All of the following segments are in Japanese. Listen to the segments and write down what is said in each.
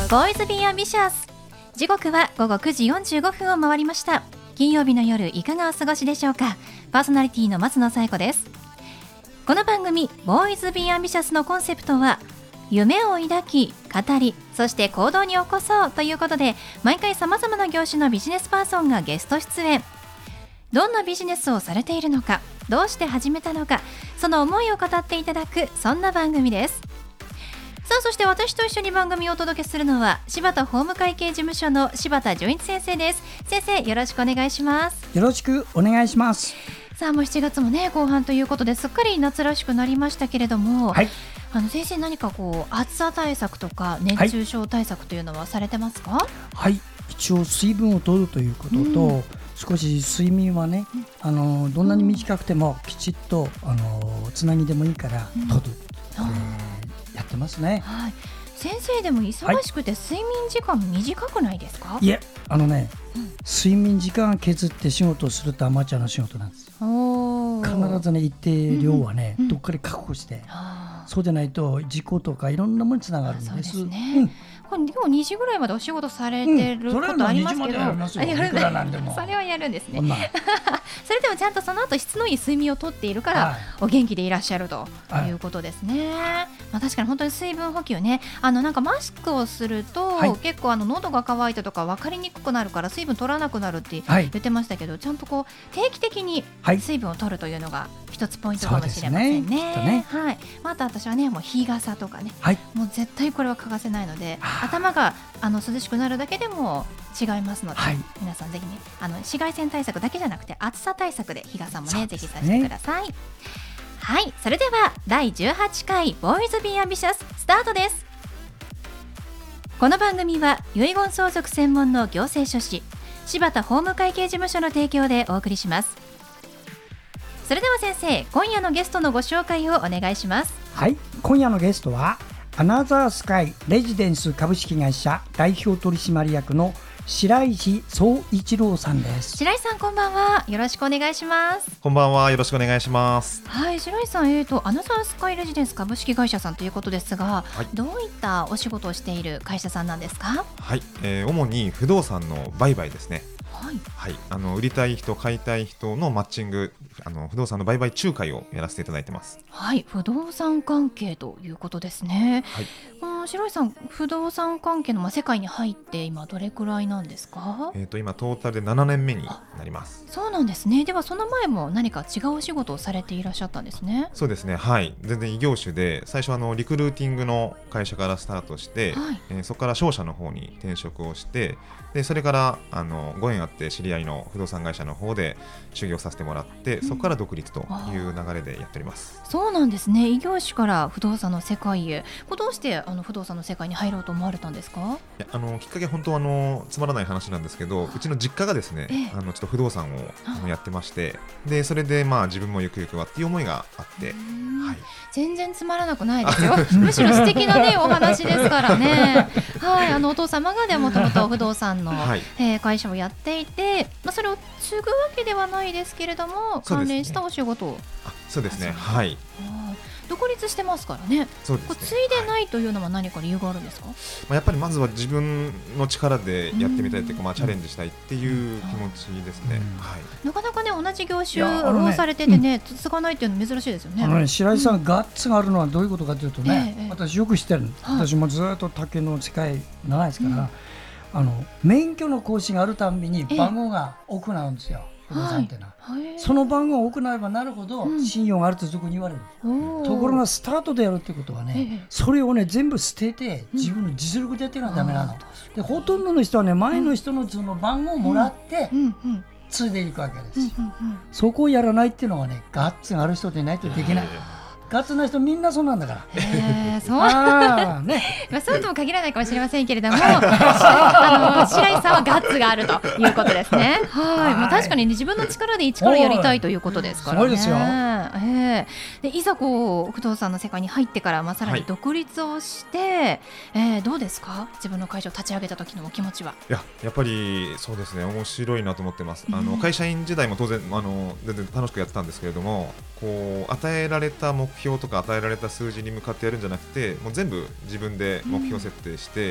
ボーイズビーアンビシャス。時刻は午後9時45分を回りました。金曜日の夜いかがお過ごしでしょうか。パーソナリティの松野紗友子です。この番組ボーイズビーアンビシャスのコンセプトは夢を抱き語りそして行動に起こそうということで、毎回様々な業種のビジネスパーソンがゲスト出演。どんなビジネスをされているのか、どうして始めたのか、その思いを語っていただく、そんな番組です。さあ、そして私と一緒に番組をお届けするのは柴田法務会計事務所の柴田純一先生です。先生、よろしくお願いします。 よろしくお願いします。 さあ、もう7月もね後半ということですっかり夏らしくなりましたけれども、 はい、 先生、何か暑さ対策とか熱中症対策というのはされてますか？ はい、一応水分を取るということと、少し睡眠はね、どんなに短くてもきちっとつなぎでもいいから取る、やってますね。 はい、先生でも忙しくて睡眠時間短くないですか？ いえ、睡眠時間削って仕事をするとアマチュアの仕事なんです。必ずね一定量はね、どっかで確保して、そうでないと事故とかいろんなものにつながるんです。 そうですね。これでも2時ぐらいまでお仕事されてることありますけど、それはやるんですね。それでもちゃんとその後質のいい睡眠をとっているから、お元気でいらっしゃるということですね。確かに本当に水分補給ね、なんかマスクをすると、結構喉が渇いたとか分かりにくくなるから水分取らなくなるって言ってましたけど、ちゃんと定期的に水分を取るというのが一つポイントかもしれませんね。はい、あと私はね、もう日傘とかね、もう絶対これは欠かせないので、頭が涼しくなるだけでも違いますので、皆さんぜひね、紫外線対策だけじゃなくて暑さ対策で日傘もね、ぜひさせてください。はい、それでは第18回ボーイズビーアンビシャススタートです。この番組は遺言相続専門の行政書士柴田法務会計事務所の提供でお送りします。それでは先生、今夜のゲストのご紹介をお願いします。 はい、今夜のゲストはアナザースカイレジデンス株式会社代表取締役の白石総一郎さんです。 白石さん、こんばんは。よろしくお願いします。 こんばんは、よろしくお願いします。 はい、白石さん、アナザースカイレジデンス株式会社さんということですが、どういったお仕事をしている会社さんなんですか？ はい、主に不動産の売買ですね。 はい、 売りたい人買いたい人のマッチング、不動産の売買仲介をやらせていただいてます。 はい、不動産関係ということですね。白石さん、不動産関係の世界に入って今どれくらいなんですか？ 今トータルで7年目になります。 そうなんですね。ではその前も何か違うお仕事をされていらっしゃったんですね。 そうですね、はい、全然異業種で、最初はリクルーティングの会社からスタートして、そこから商社の方に転職をして、でそれからご縁あって知り合いの不動産会社の方で修行させてもらって、そこから独立という流れでやっております。 そうなんですね。異業種から不動産の世界へ、どうして不動産の世界に入ろうと思われたんですか？ きっかけ本当つまらない話なんですけど、うちの実家がですね、ちょっと不動産をやってまして、でそれで自分もゆくゆくはっていう思いがあって、 全然つまらなくないですよむしろ素敵なねお話ですからね。お父様がもともと不動産の、会社をやっていて、それを継ぐわけではないですけれども、関連したお仕事を。 そうですね、はい、 独立してますからね。継いでないというのは何か理由があるんですか？ やっぱりまずは自分の力でやってみたいというか、チャレンジしたいっていう気持ちですね。 なかなかね、同じ業種をされててね、継がないっていうの珍しいですよね。 白石さん、ガッツがあるのはどういうことかというとね、私よく知ってる。私もずっと竹の世界長いですから、免許の更新があるたんびに番号が多くなるんですよ、不動産っていうのは。その番号が多くなればなるほど信用があるとそこに言われる。ところがスタートでやるってことはね、それをね全部捨てて自分の実力でやってるのはダメなの。でほとんどの人はね、前の人のその番号をもらって継いでいくわけですよ。そこをやらないっていうのはね、ガッツがある人でないとできない。ガッツな人みんなそうなんだから。 そうとも限らないかもしれませんけれども白石さんはガッツがあるということですね。確かに、自分の力で一からやりたいということですからね。 すごいですよ。 でいざ不動産の世界に入ってから、さらに独立をして、どうですか？自分の会社を立ち上げた時のお気持ちは。 やっぱりそうですね、面白いなと思ってます。会社員時代も当然全然楽しくやってたんですけれども、与えられた目標とか与えられた数字に向かってやるんじゃなくて、もう全部自分で目標設定して、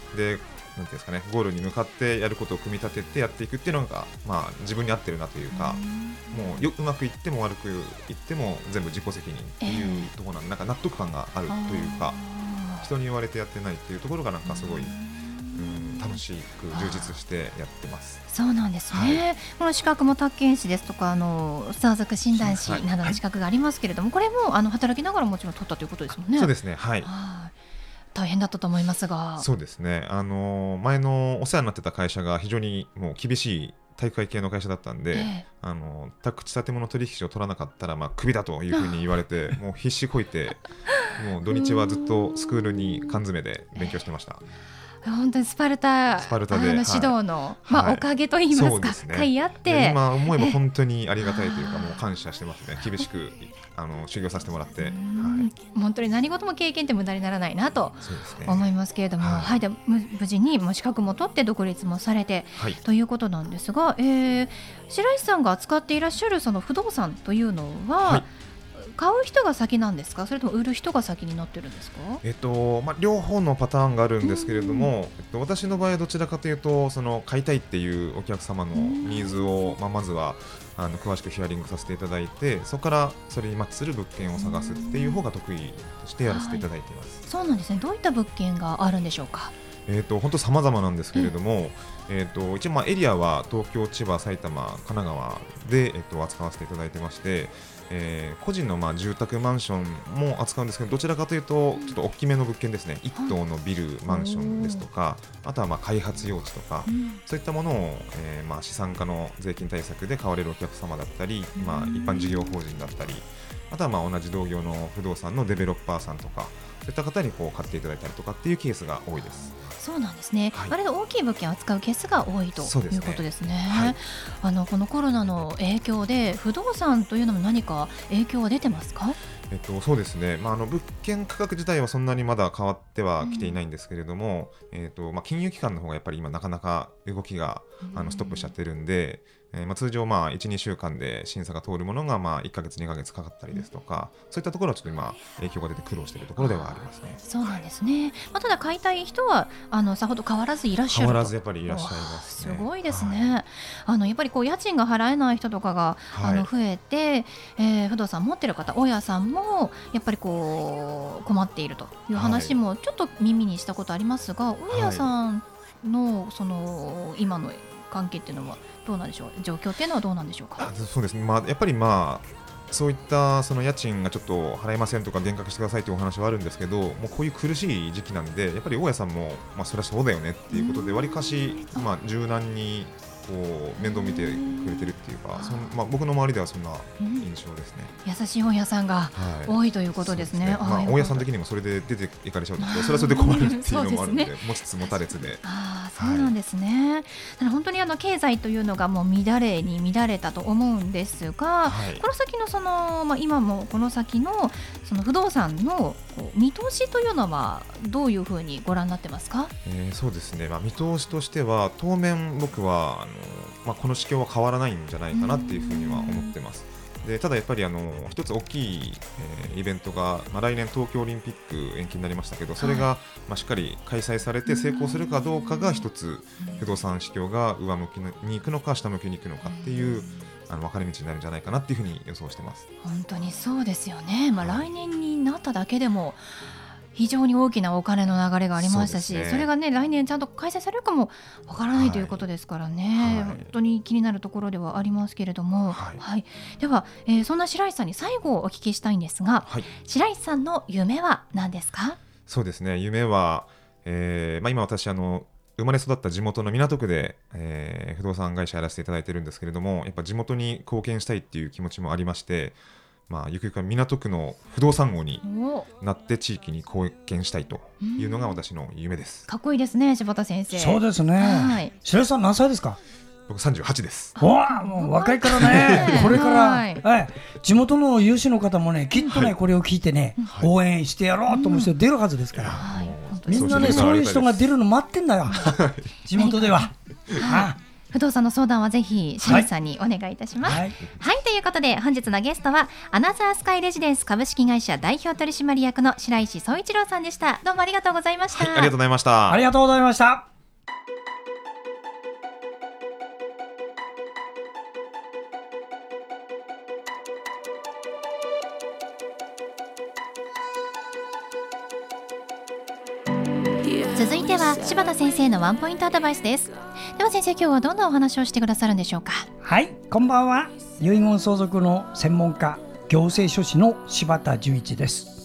でなんていうんですかね、ゴールに向かってやることを組み立ててやっていくっていうのが、自分に合ってるなというか、もううまくいっても悪くいっても全部自己責任っていうところなんで、なんか納得感があるというか、人に言われてやってないっていうところがなんかすごい楽しく充実してやってます。 そうなんですね、この資格も宅建士ですとか相続診断士などの資格がありますけれども、これも働きながらもちろん取ったということですもんね。 そうですね、はい、 大変だったと思いますが。 そうですね、前のお世話になってた会社が非常にもう厳しい体育会系の会社だったんで、宅地建物取引士を取らなかったらクビだというふうに言われてもう必死こいてもう土日はずっとスクールに缶詰で勉強してました。 本当にスパルタで指導の、おかげといいますか、甲斐あって今思えば本当にありがたいというかもう感謝してますね。厳しく修行させてもらって、 本当に何事も経験って無駄にならないなと思いますけれども、で無事に資格も取って独立もされて、ということなんですが、白石さんが扱っていらっしゃるその不動産というのは、買う人が先なんですか、それとも売る人が先になってるんですか？ 両方のパターンがあるんですけれども、私の場合はどちらかというとその買いたいっていうお客様のニーズを、まずは詳しくヒアリングさせていただいて、そこからそれにマッチする物件を探すっていう方が得意としてやらせていただいています。 そうなんですね。どういった物件があるんでしょうか？ 本当様々なんですけれども、一応エリアは東京、千葉、埼玉、神奈川で、扱わせていただいてまして、個人の住宅マンションも扱うんですけど、どちらかというとちょっと大きめの物件ですね。一棟のビルマンションですとか、あとは開発用地とか、そういったものを、資産家の税金対策で買われるお客様だったり、一般事業法人だったり、あとは同じ同業の不動産のデベロッパーさんとか、そういった方に買っていただいたりとかっていうケースが多いです。 そうなんですね、割と大きい物件を扱うケースが多いということですね。このコロナの影響で不動産というのも何か影響は出てますか？ そうですね、物件価格自体はそんなにまだ変わってはきていないんですけれども、金融機関の方がやっぱり今なかなか動きがストップしちゃってるんで、通常1、2週間で審査が通るものが1ヶ月2ヶ月かかったりですとか、そういったところはちょっと今影響が出て苦労しているところではありますね。 そうなんですね。ただ買いたい人はさほど変わらずいらっしゃると。 変わらずやっぱりいらっしゃいますね。 すごいですね。やっぱり家賃が払えない人とかが増えて、不動産持ってる方、大家さんもやっぱり困っているという話もちょっと耳にしたことありますが、大家さんのその今の関係っていうのはどうなんでしょう、状況っていうのはどうなんでしょうか？ そうですね、やっぱりそういったその家賃がちょっと払えませんとか減額してくださいというお話はあるんですけど、もうこういう苦しい時期なんで、やっぱり大家さんもそれはそうだよねっていうことでわりかし柔軟に面倒見てくれてるっていうか、僕の周りではそんな印象ですね。 優しい大家さんが多いということですね。 大家さん的にもそれで出ていかれちゃうとそれはそれで困るっていうのもあるので、持ちつ持たれつで。 そうなんですね。本当に経済というのがもう乱れに乱れたと思うんですが、この先の今もこの先のその不動産の見通しというのはどういうふうにご覧になってますか？ そうですね、見通しとしては当面僕はこの市況は変わらないんじゃないかなっていうふうには思ってます。でただやっぱり一つ大きい、イベントが、来年東京オリンピック延期になりましたけど、それが、しっかり開催されて成功するかどうかが一つ不動産市況が上向きに行くのか下向きに行くのかっていう分かれ道になるんじゃないかなっていうふうに予想してます。 本当にそうですよね。来年になっただけでも非常に大きなお金の流れがありましたし、 それがね来年ちゃんと開催されるかもわからないということですからね、本当に気になるところではありますけれども、では、そんな白石さんに最後お聞きしたいんですが、白石さんの夢は何ですか？ そうですね、夢は、今私生まれ育った地元の港区で、不動産会社やらせていただいてるんですけれども、やっぱ地元に貢献したいっていう気持ちもありまして、ゆくゆくは港区の不動産王になって地域に貢献したいというのが私の夢です。 かっこいいですね、柴田先生。 そうですね。白石さん何歳ですか？ 僕38です。 もう若いからねこれから、地元の有志の方もねきっとね、これを聞いてね、応援してやろうと思う人出るはずですから、みんなねそういう人が出るの待ってんだよ地元では。 不動産の相談はぜひ清水さんにお願いいたします。はい、ということで本日のゲストはアナザースカイレジデンス株式会社代表取締役の白石総一郎さんでした。どうもありがとうございました。 ありがとうございました。 ありがとうございました。 続いては柴田先生のワンポイントアドバイスです。では先生、今日はどんなお話をしてくださるんでしょうか。 はい、こんばんは。遺言相続の専門家、行政書士の柴田純一です。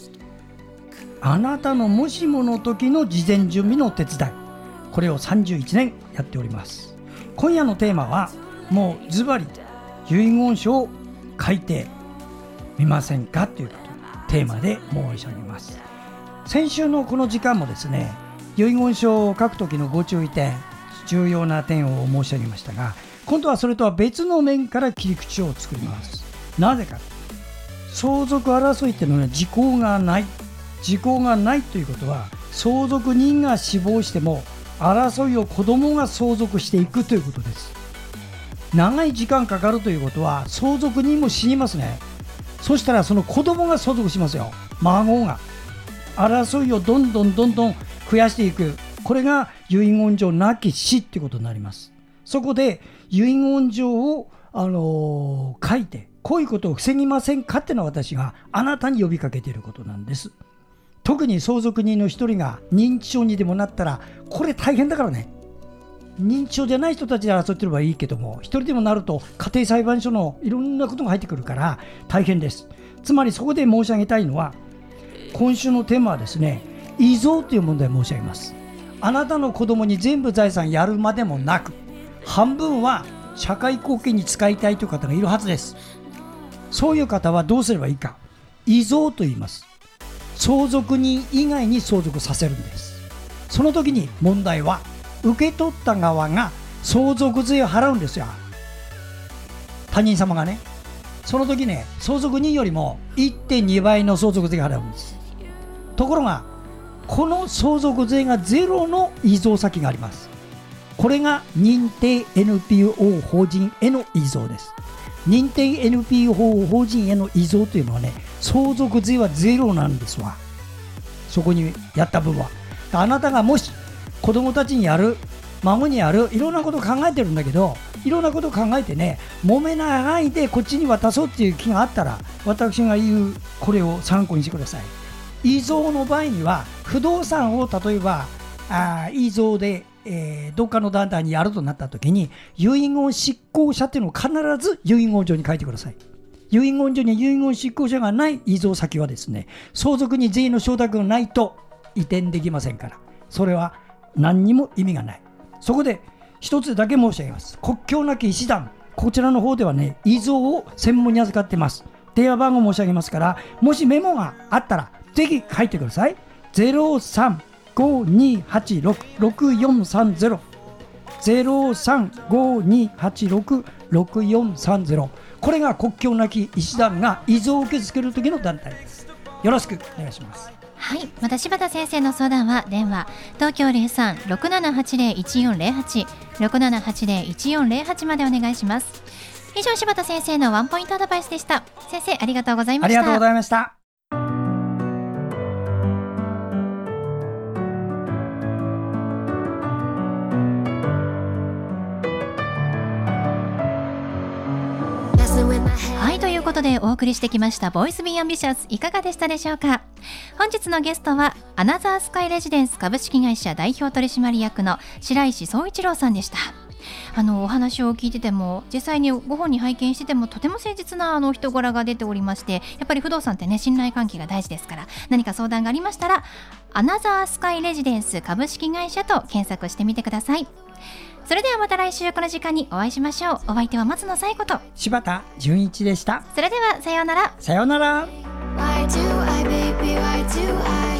あなたのもしもの時の事前準備の手伝い、これを31年やっております。今夜のテーマはもうズバリ遺言書を書いてみませんかということテーマで申し上げます。先週のこの時間もですね、遺言書を書くときのご注意点、重要な点を申し上げましたが、今度はそれとは別の面から切り口を作ります。なぜか、相続争いっていうのは時効がない。時効がないということは、相続人が死亡しても争いを子供が相続していくということです。長い時間かかるということは相続人も死にますね。そしたらその子供が相続しますよ。孫が争いをどんどん増やしていく。これが遺言状なき死っていうことになります。そこで遺言状を、書いてこういうことを防ぎませんかっていうのは私があなたに呼びかけていることなんです。特に相続人の一人が認知症にでもなったらこれ大変だからね。認知症じゃない人たちで争ってればいいけども、一人でもなると家庭裁判所のいろんなことが入ってくるから大変です。つまりそこで申し上げたいのは、今週のテーマはですね、遺贈という問題を申し上げます。あなたの子供に全部財産やるまでもなく、半分は社会貢献に使いたいという方がいるはずです。そういう方はどうすればいいか。遺贈と言います。相続人以外に相続させるんです。その時に問題は受け取った側が相続税を払うんですよ。他人様がね。その時ね、相続人よりも 1.2 倍の相続税が払うんです。ところがこの相続税がゼロの遺贈先があります。これが認定 NPO 法人への遺贈です。認定 NPO 法人への遺贈というのはね、相続税はゼロなんですわ。そこにやった分は。あなたがもし子供たちにやる、孫にやる、いろんなことを考えてるんだけど、いろんなことを考えてね、揉めないでこっちに渡そうっていう気があったら、私が言うこれを参考にしてください。遺贈の場合には不動産を例えば遺贈で、どっかの団体にやるとなった時に、遺言執行者っていうのを必ず遺言状に書いてください。遺言状に遺言執行者がない遺贈先はですね、相続に全員の承諾がないと移転できませんから、それは何にも意味がない。そこで一つだけ申し上げます。国境なき医師団、こちらの方ではね、遺贈を専門に預かってます。電話番号申し上げますから、もしメモがあったらぜひ書いてください。0352866430 0352866430、これが国境なき医師団が遺贈を受け付ける時の団体です。よろしくお願いします。 はい、また柴田先生の相談は電話東京 03-6780-1408 6780-1408 までお願いします。以上、柴田先生のワンポイントアドバイスでした。先生、ありがとうございました。 ありがとうございました。 はい、ということでお送りしてきましたボイスビーアンビシャス、いかがでしたでしょうか。本日のゲストはアナザースカイレジデンス株式会社代表取締役の白石総一郎さんでした。お話を聞いてても、実際にご本人拝見してても、とても誠実な人柄が出ておりまして、やっぱり不動産ってね、信頼関係が大事ですから、何か相談がありましたらアナザースカイレジデンス株式会社と検索してみてください。それではまた来週この時間にお会いしましょう。お相手は松野紗友子と柴田純一でした。 それではさようなら。 さようなら。 Why do I, baby, why do I